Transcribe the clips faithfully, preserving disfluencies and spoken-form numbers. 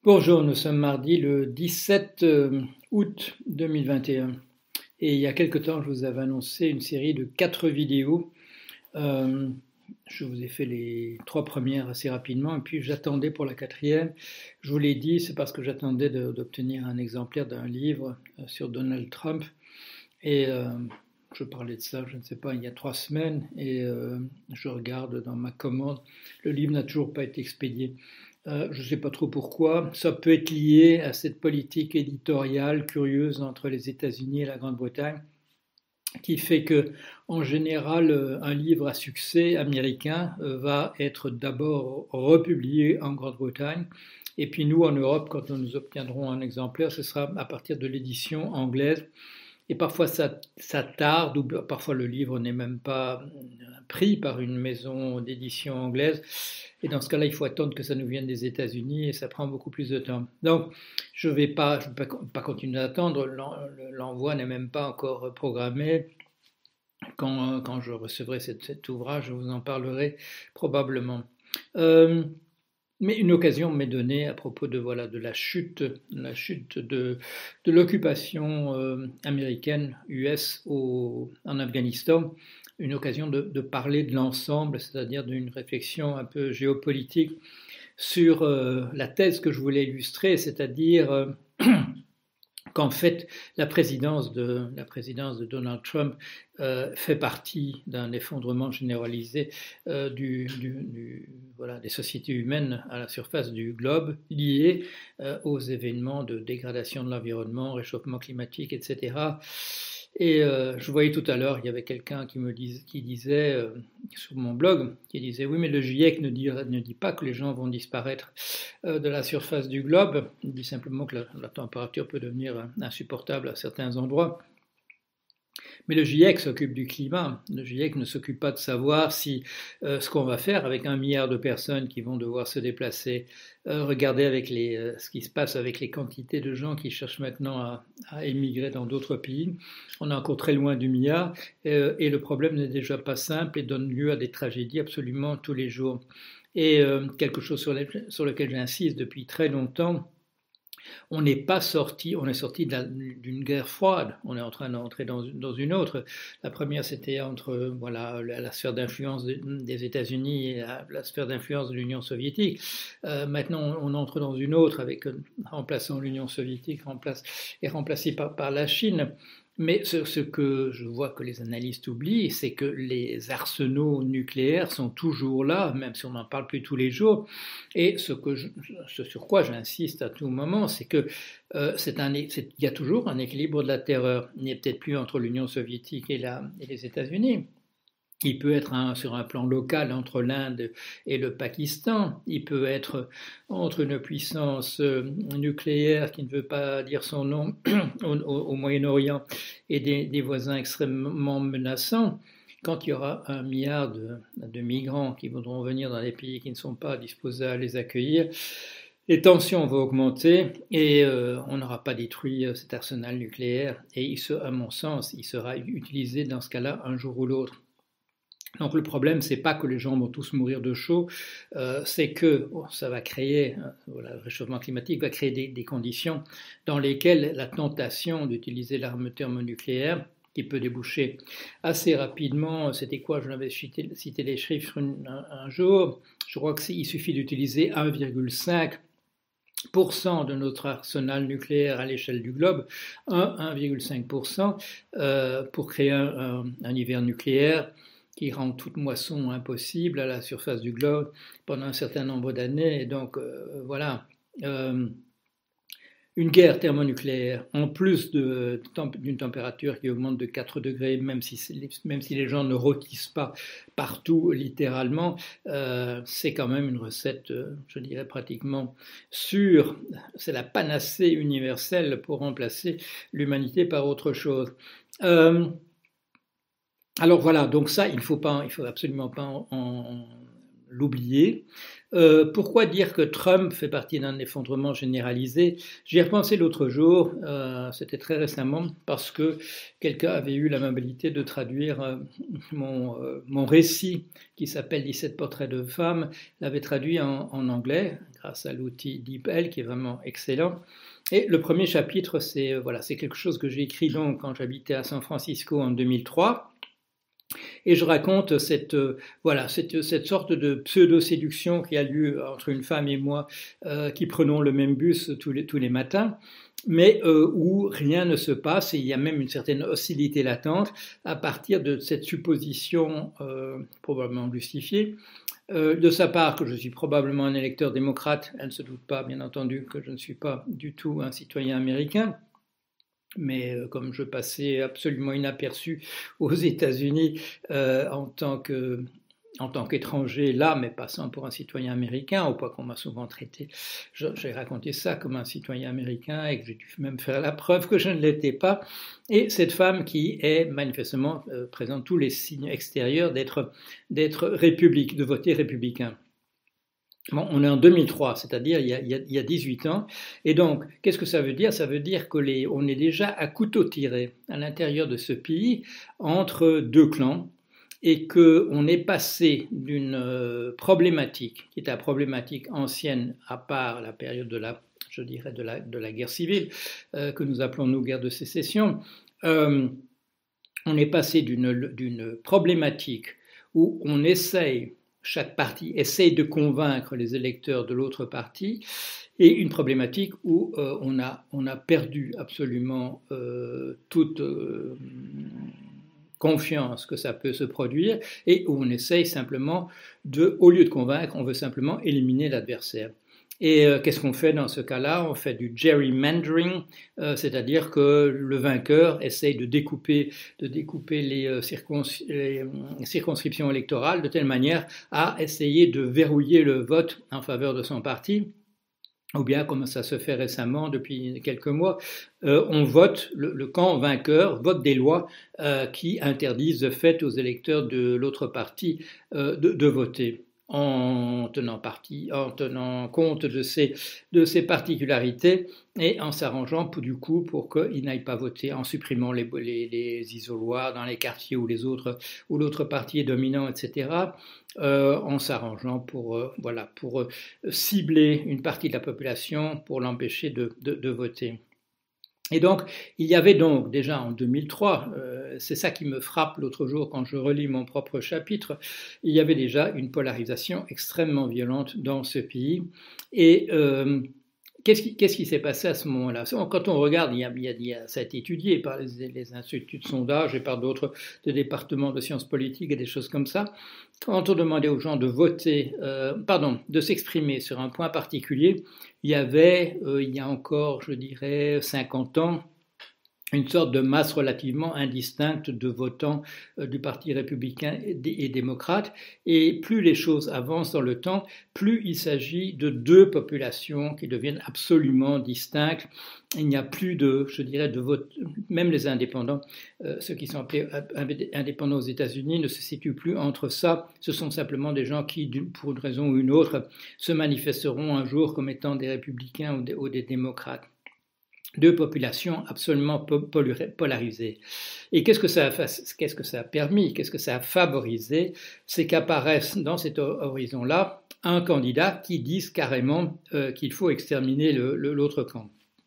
Bonjour, nous sommes mardi le dix-sept août deux mille vingt et un et il y a quelque temps je vous avais annoncé une série de quatre vidéos. Euh, je vous ai fait les trois premières assez rapidement et puis j'attendais pour la quatrième. Je vous l'ai dit, c'est parce que j'attendais de, d'obtenir un exemplaire d'un livre sur Donald Trump et euh, je parlais de ça, je ne sais pas, il y a trois semaines et euh, je regarde dans ma commande, le livre n'a toujours pas été expédié. Euh, je ne sais pas trop pourquoi. Ça peut être lié à cette politique éditoriale curieuse entre les États-Unis et la Grande-Bretagne, qui fait que, en général, un livre à succès américain va être d'abord republié en Grande-Bretagne, et puis nous, en Europe, quand nous obtiendrons un exemplaire, ce sera à partir de l'édition anglaise. Et parfois ça, ça tarde, ou parfois le livre n'est même pas pris par une maison d'édition anglaise. Et dans ce cas-là, il faut attendre que ça nous vienne des États-Unis et ça prend beaucoup plus de temps. Donc, je ne vais pas, je vais pas continuer d'attendre. L'envoi n'est même pas encore programmé. Quand, quand je recevrai cet, cet ouvrage, je vous en parlerai probablement. Euh, Mais une occasion m'est donnée à propos de, voilà, de la chute, la chute de, de l'occupation euh, américaine U S au, en Afghanistan, une occasion de, de parler de l'ensemble, c'est-à-dire d'une réflexion un peu géopolitique sur euh, la thèse que je voulais illustrer, c'est-à-dire euh, qu'en fait la présidence de, la présidence de Donald Trump euh, fait partie d'un effondrement généralisé euh, du, du, du, voilà, des sociétés humaines à la surface du globe lié euh, aux événements de dégradation de l'environnement, réchauffement climatique, et cetera. Et euh, je voyais tout à l'heure, il y avait quelqu'un qui me dis, qui disait euh, sur mon blog, qui disait oui mais le GIEC ne dit, ne dit pas que les gens vont disparaître euh, de la surface du globe, il dit simplement que la, la température peut devenir insupportable à certains endroits. Mais le GIEC s'occupe du climat. Le GIEC ne s'occupe pas de savoir si euh, ce qu'on va faire avec un milliard de personnes qui vont devoir se déplacer. Euh, regardez avec les, euh, ce qui se passe avec les quantités de gens qui cherchent maintenant à, à émigrer dans d'autres pays. On est encore très loin du milliard euh, et le problème n'est déjà pas simple et donne lieu à des tragédies absolument tous les jours. Et euh, quelque chose sur, les, sur lequel j'insiste depuis très longtemps, on n'est pas sorti, on est sorti d'une guerre froide, on est en train d'entrer dans, dans une autre. La première, c'était entre voilà, la, la sphère d'influence de, des États-Unis et la, la sphère d'influence de l'Union soviétique. Euh, maintenant, on, on entre dans une autre avec remplaçant l'Union soviétique remplace, et remplacée par, par la Chine. Mais ce, ce que je vois que les analystes oublient, c'est que les arsenaux nucléaires sont toujours là, même si on n'en parle plus tous les jours. Et ce, que je, ce sur quoi j'insiste à tout moment, c'est que euh, c'est un, c'est, il y a toujours un équilibre de la terreur. Il n'y a peut-être plus entre l'Union soviétique et, la, et les États-Unis. Il peut être un, sur un plan local entre l'Inde et le Pakistan. Il peut être entre une puissance nucléaire qui ne veut pas dire son nom au, au Moyen-Orient et des, des voisins extrêmement menaçants. Quand il y aura un milliard de, de migrants qui voudront venir dans les pays qui ne sont pas disposés à les accueillir, les tensions vont augmenter et euh, on n'aura pas détruit cet arsenal nucléaire. Et il se, à mon sens, il sera utilisé dans ce cas-là un jour ou l'autre. Donc le problème, c'est pas que les gens vont tous mourir de chaud, euh, c'est que oh, ça va créer, voilà, le réchauffement climatique va créer des, des conditions dans lesquelles la tentation d'utiliser l'arme thermonucléaire, qui peut déboucher assez rapidement, c'était quoi, je n'avais cité, cité les chiffres un, un jour, je crois qu'il suffit d'utiliser un virgule cinq pour cent de notre arsenal nucléaire à l'échelle du globe, un virgule cinq pour cent euh, pour créer un, un, un hiver nucléaire qui rend toute moisson impossible à la surface du globe pendant un certain nombre d'années. Et donc, euh, voilà, euh, une guerre thermonucléaire, en plus de, d'une température qui augmente de quatre degrés, même si, même si les gens ne rôtissent pas partout, littéralement, euh, c'est quand même une recette, je dirais, pratiquement sûre. C'est la panacée universelle pour remplacer l'humanité par autre chose. Euh, Alors voilà, donc ça, il ne faut pas, il faut absolument pas en, en l'oublier. Euh, pourquoi dire que Trump fait partie d'un effondrement généralisé? J'y ai repensé l'autre jour, euh, c'était très récemment, parce que quelqu'un avait eu l'amabilité de traduire euh, mon, euh, mon récit qui s'appelle dix-sept portraits de femmes, l'avait traduit en, en anglais grâce à l'outil DeepL qui est vraiment excellent. Et le premier chapitre, c'est voilà, c'est quelque chose que j'ai écrit donc quand j'habitais à San Francisco en deux mille trois. Et je raconte cette, euh, voilà, cette, cette sorte de pseudo-séduction qui a lieu entre une femme et moi euh, qui prenons le même bus tous les, tous les matins, mais euh, où rien ne se passe et il y a même une certaine hostilité latente à partir de cette supposition euh, probablement justifiée euh, de sa part que je suis probablement un électeur démocrate. Elle ne se doute pas, bien entendu, que je ne suis pas du tout un citoyen américain. Mais euh, comme je passais absolument inaperçu aux États-Unis euh, en tant que, en tant qu'étranger là, mais passant pour un citoyen américain, au point qu'on m'a souvent traité, j'ai raconté ça comme un citoyen américain et que j'ai dû même faire la preuve que je ne l'étais pas. Et cette femme qui est manifestement euh, présente tous les signes extérieurs d'être d'être république, de voter républicain. Bon, on est en deux mille trois, c'est-à-dire il y a, il y a dix-huit ans. Et donc, qu'est-ce que ça veut dire? Ça veut dire qu'on est déjà à couteau tiré à l'intérieur de ce pays entre deux clans et qu'on est passé d'une problématique, qui est une problématique ancienne à part la période de la, je dirais, de la, de la guerre civile, euh, que nous appelons nous guerre de sécession. Euh, on est passé d'une d'une problématique où on essaye chaque parti essaye de convaincre les électeurs de l'autre parti, et une problématique où euh, on, a, on a perdu absolument euh, toute euh, confiance que ça peut se produire, et où on essaye simplement de, au lieu de convaincre, on veut simplement éliminer l'adversaire. Et euh, qu'est-ce qu'on fait dans ce cas-là? On fait du gerrymandering, euh, c'est-à-dire que le vainqueur essaye de découper, de découper les, euh, circons, les circonscriptions électorales de telle manière à essayer de verrouiller le vote en faveur de son parti. Ou bien, comme ça se fait récemment depuis quelques mois, euh, on vote, le, le camp vainqueur vote des lois euh, qui interdisent de fait aux électeurs de l'autre parti euh, de, de voter. En tenant, parti, en tenant compte de ces, de ces particularités et en s'arrangeant pour, du coup pour qu'ils n'aillent pas voter, en supprimant les, les, les isoloirs dans les quartiers où les autres, où l'autre parti est dominant, et cetera, euh, en s'arrangeant pour, euh, voilà, pour euh, cibler une partie de la population pour l'empêcher de, de, de voter. Et donc, il y avait donc déjà en deux mille trois, euh, c'est ça qui me frappe l'autre jour quand je relis mon propre chapitre, il y avait déjà une polarisation extrêmement violente dans ce pays. Et euh, qu'est-ce qui, qu'est-ce qui s'est passé à ce moment-là? Quand on regarde, il y a, il y a, il y a, ça a été étudié par les, les instituts de sondage et par d'autres départements de sciences politiques et des choses comme ça. Quand on demandait aux gens de voter, euh, pardon, de s'exprimer sur un point particulier, il y avait, euh, il y a encore, je dirais, cinquante ans, une sorte de masse relativement indistincte de votants euh, du Parti républicain et, et démocrate. Et plus les choses avancent dans le temps, plus il s'agit de deux populations qui deviennent absolument distinctes. Il n'y a plus de, je dirais, de vote, même les indépendants, euh, ceux qui sont appelés indépendants aux États-Unis, ne se situent plus entre ça. Ce sont simplement des gens qui, pour une raison ou une autre, se manifesteront un jour comme étant des républicains ou des, ou des démocrates. Deux populations absolument polarisées. Et qu'est-ce que ça a, qu'est-ce que ça a permis, qu'est-ce que ça a favorisé? C'est qu'apparaisse dans cet horizon-là un candidat qui dise carrément euh, qu'il faut exterminer le, le, l'autre camp.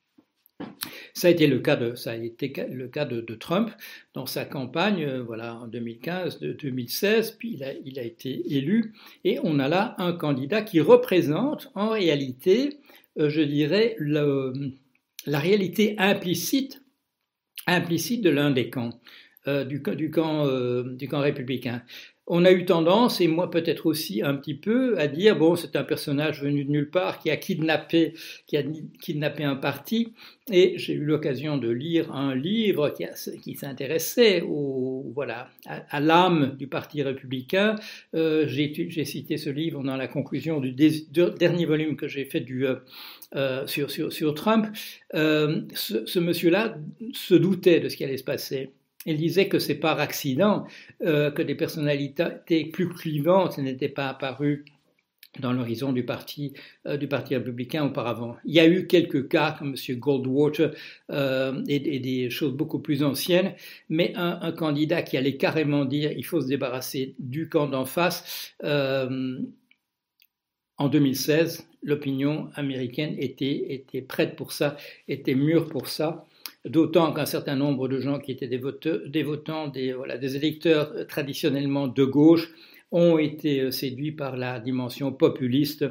Ça a été le cas de, ça a été le cas de, de Trump dans sa campagne, euh, voilà, en deux mille quinze, de deux mille seize, puis il a, il a été élu, et on a là un candidat qui représente en réalité, euh, je dirais, le la réalité implicite, implicite de l'un des camps, euh, du, du, camp, euh, du camp républicain. On a eu tendance, et moi peut-être aussi un petit peu, à dire, bon, c'est un personnage venu de nulle part qui a kidnappé, qui a kidnappé un parti, et j'ai eu l'occasion de lire un livre qui, a, qui s'intéressait au, voilà, à, à l'âme du Parti républicain. Euh, j'ai, j'ai cité ce livre dans la conclusion du dé, de, dernier volume que j'ai fait du, euh, sur, sur, sur Trump. Euh, ce, ce monsieur-là se doutait de ce qui allait se passer. Il disait que c'est par accident euh, que des personnalités plus clivantes n'étaient pas apparues dans l'horizon du parti, euh, du parti républicain auparavant. Il y a eu quelques cas comme M. Goldwater euh, et, et des choses beaucoup plus anciennes, mais un, un candidat qui allait carrément dire il faut se débarrasser du camp d'en face, euh, en deux mille seize, l'opinion américaine était, était prête pour ça, était mûre pour ça, d'autant qu'un certain nombre de gens qui étaient des, voteurs, des votants, des, voilà, des électeurs traditionnellement de gauche, ont été séduits par la dimension populiste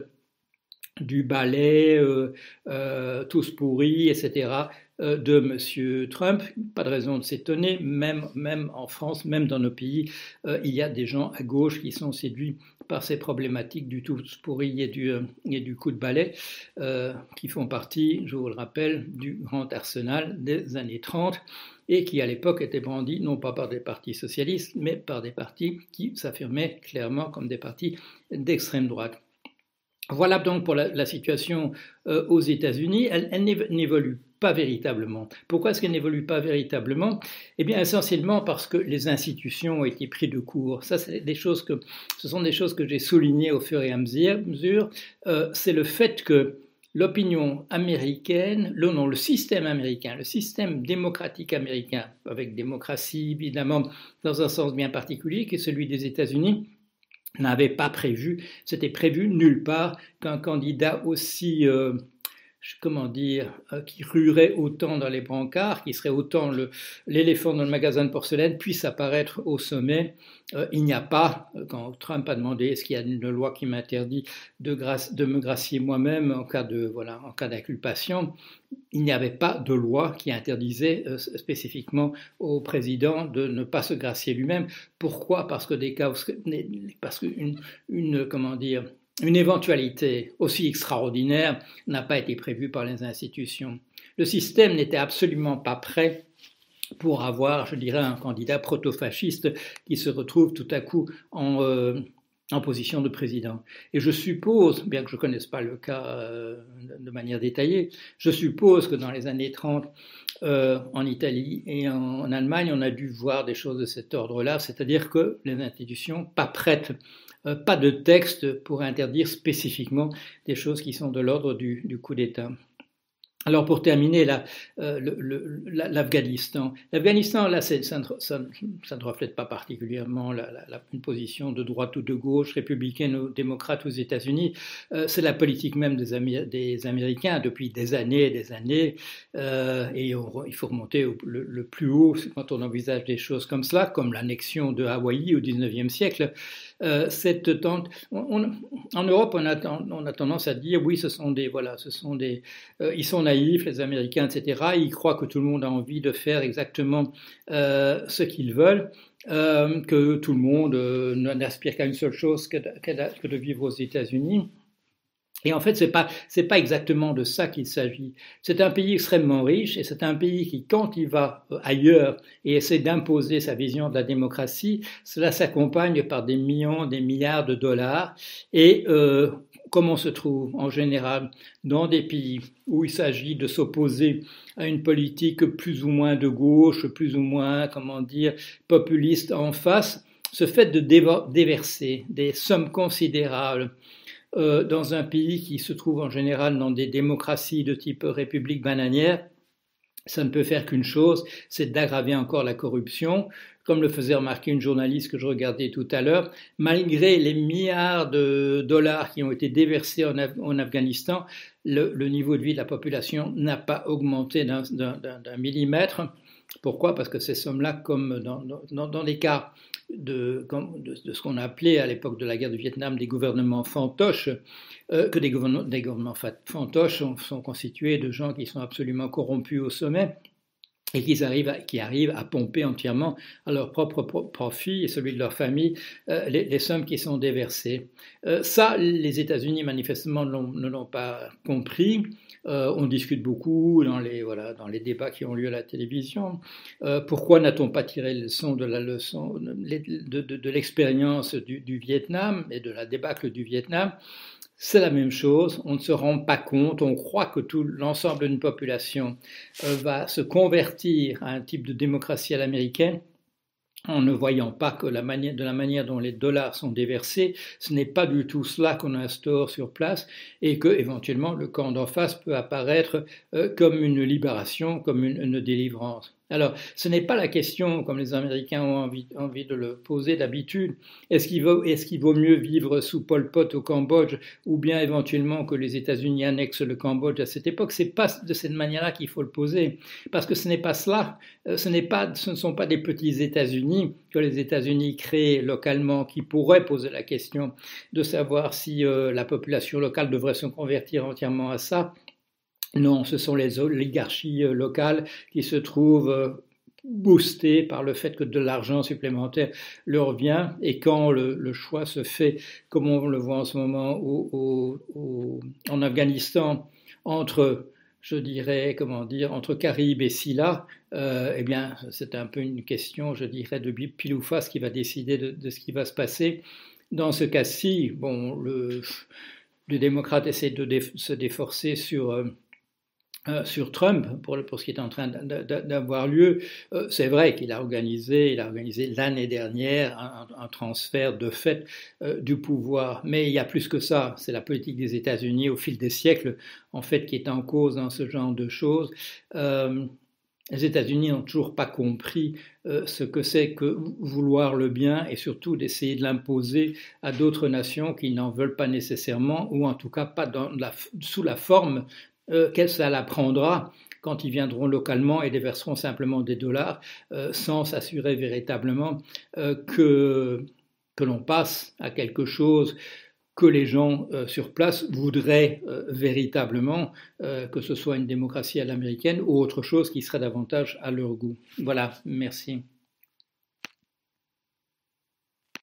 du ballet, euh, euh, tous pourris, et cetera, euh, de M. Trump. Pas de raison de s'étonner, même, même en France, même dans nos pays, euh, il y a des gens à gauche qui sont séduits par ces problématiques du tous pourris et du, euh, et du coup de balai, euh, qui font partie, je vous le rappelle, du grand arsenal des années trente, et qui à l'époque étaient brandis non pas par des partis socialistes, mais par des partis qui s'affirmaient clairement comme des partis d'extrême droite. Voilà donc pour la, la situation euh, aux États-Unis. Elle, elle n'évolue pas véritablement. Pourquoi est-ce qu'elle n'évolue pas véritablement? Eh bien, essentiellement parce que les institutions ont été prises de court. Ça, c'est des choses que, ce sont des choses que j'ai soulignées au fur et à mesure. Euh, c'est le fait que l'opinion américaine, le, non, le système américain, le système démocratique américain, avec démocratie évidemment dans un sens bien particulier, qui est celui des États-Unis, n'avait pas prévu, c'était prévu nulle part qu'un candidat aussi, euh, comment dire, euh, qui ruerait autant dans les brancards, qui serait autant le, l'éléphant dans le magasin de porcelaine, puisse apparaître au sommet. Euh, il n'y a pas, quand Trump a demandé est-ce qu'il y a une loi qui m'interdit de, grâce, de me gracier moi-même en cas de, voilà, en cas d'inculpation, il n'y avait pas de loi qui interdisait euh, spécifiquement au président de ne pas se gracier lui-même. Pourquoi? Parce que des cas, parce qu'une, une, comment dire, une éventualité aussi extraordinaire n'a pas été prévue par les institutions. Le système n'était absolument pas prêt pour avoir, je dirais, un candidat proto-fasciste qui se retrouve tout à coup en, euh, en position de président. Et je suppose, bien que je ne connaisse pas le cas euh, de manière détaillée, je suppose que dans les années trente, euh, en Italie et en, en Allemagne, on a dû voir des choses de cet ordre-là, c'est-à-dire que les institutions, pas prêtes, euh, pas de texte pour interdire spécifiquement des choses qui sont de l'ordre du, du coup d'État. Alors pour terminer, là, euh, le, le, l'Afghanistan. L'Afghanistan, là, c'est, ça, ça, ça ne reflète pas particulièrement la, la, une position de droite ou de gauche, républicaine ou démocrate aux États-Unis. Euh, c'est la politique même des, Amé- des Américains depuis des années et des années. Euh, et on, il faut remonter au, le, le plus haut quand on envisage des choses comme cela, comme l'annexion de Hawaï au dix-neuvième siècle. Euh, cette tente, on, on, en Europe, on a, on a tendance à dire oui, ce sont des, voilà, ce sont des, euh, ils sont naïfs, les Américains, et cetera. Ils croient que tout le monde a envie de faire exactement euh, ce qu'ils veulent, euh, que tout le monde euh, n'aspire qu'à une seule chose, que de, que de vivre aux États-Unis. Et en fait, c'est pas, c'est pas exactement de ça qu'il s'agit. C'est un pays extrêmement riche et c'est un pays qui, quand il va ailleurs et essaie d'imposer sa vision de la démocratie, cela s'accompagne par des millions, des milliards de dollars. Et euh, comment on se trouve en général dans des pays où il s'agit de s'opposer à une politique plus ou moins de gauche, plus ou moins, comment dire, populiste en face, ce fait de déverser des sommes considérables Euh, dans un pays qui se trouve en général dans des démocraties de type république bananière, ça ne peut faire qu'une chose, c'est d'aggraver encore la corruption. Comme le faisait remarquer une journaliste que je regardais tout à l'heure, malgré les milliards de dollars qui ont été déversés en, Af- en Afghanistan, le, le niveau de vie de la population n'a pas augmenté d'un, d'un, d'un millimètre. Pourquoi? Parce que ces sommes-là, comme dans, dans, dans les cas de, de, de ce qu'on a appelé à l'époque de la guerre du Vietnam des gouvernements fantoches, euh, que des gouvernements, des gouvernements fantoches sont, sont constitués de gens qui sont absolument corrompus au sommet et qui arrivent, à, qui arrivent à pomper entièrement à leur propre profit et celui de leur famille euh, les, les sommes qui sont déversées. Euh, ça, les États-Unis manifestement ne l'ont pas compris. Euh, on discute beaucoup dans les, voilà, dans les débats qui ont lieu à la télévision. Euh, pourquoi n'a-t-on pas tiré le leçon de, la leçon, de, de, de, de l'expérience du, du Vietnam et de la débâcle du Vietnam? C'est la même chose, on ne se rend pas compte, on croit que tout l'ensemble d'une population euh, va se convertir à un type de démocratie à l'américaine, en ne voyant pas que la manière, de la manière dont les dollars sont déversés, ce n'est pas du tout cela qu'on instaure sur place et que éventuellement le camp d'en face peut apparaître euh, comme une libération, comme une, une délivrance. Alors, ce n'est pas la question, comme les Américains ont envie, envie de le poser d'habitude, est-ce qu'il vaut, est-ce qu'il vaut mieux vivre sous Pol Pot au Cambodge ou bien éventuellement que les États-Unis annexent le Cambodge à cette époque? C'est pas de cette manière-là qu'il faut le poser, parce que ce n'est pas cela, ce, n'est pas, ce ne sont pas des petits États-Unis que les États-Unis créent localement qui pourraient poser la question de savoir si euh, la population locale devrait se convertir entièrement à ça. Non, ce sont les oligarchies locales qui se trouvent boostées par le fait que de l'argent supplémentaire leur vient. Et quand le, le choix se fait, comme on le voit en ce moment au, au, au, en Afghanistan, entre, je dirais, comment dire, entre Caribe et Silla, euh, eh bien, c'est un peu une question, je dirais, de pile ou face qui va décider de, de ce qui va se passer. Dans ce cas-ci, bon, le, le démocrate essaie de dé, se déforcer sur... Euh, Euh, sur Trump, pour, pour ce qui est en train d'avoir lieu, euh, c'est vrai qu'il a organisé, il a organisé l'année dernière un, un transfert de fait euh, du pouvoir. Mais il y a plus que ça. C'est la politique des États-Unis au fil des siècles, en fait, qui est en cause dans ce genre de choses. Euh, les États-Unis n'ont toujours pas compris euh, ce que c'est que vouloir le bien et surtout d'essayer de l'imposer à d'autres nations qui n'en veulent pas nécessairement, ou en tout cas pas dans la, sous la forme Euh, qu'elle ça la prendra quand ils viendront localement et déverseront simplement des dollars euh, sans s'assurer véritablement euh, que, que l'on passe à quelque chose que les gens euh, sur place voudraient euh, véritablement, euh, que ce soit une démocratie à l'américaine ou autre chose qui serait davantage à leur goût. Voilà, merci.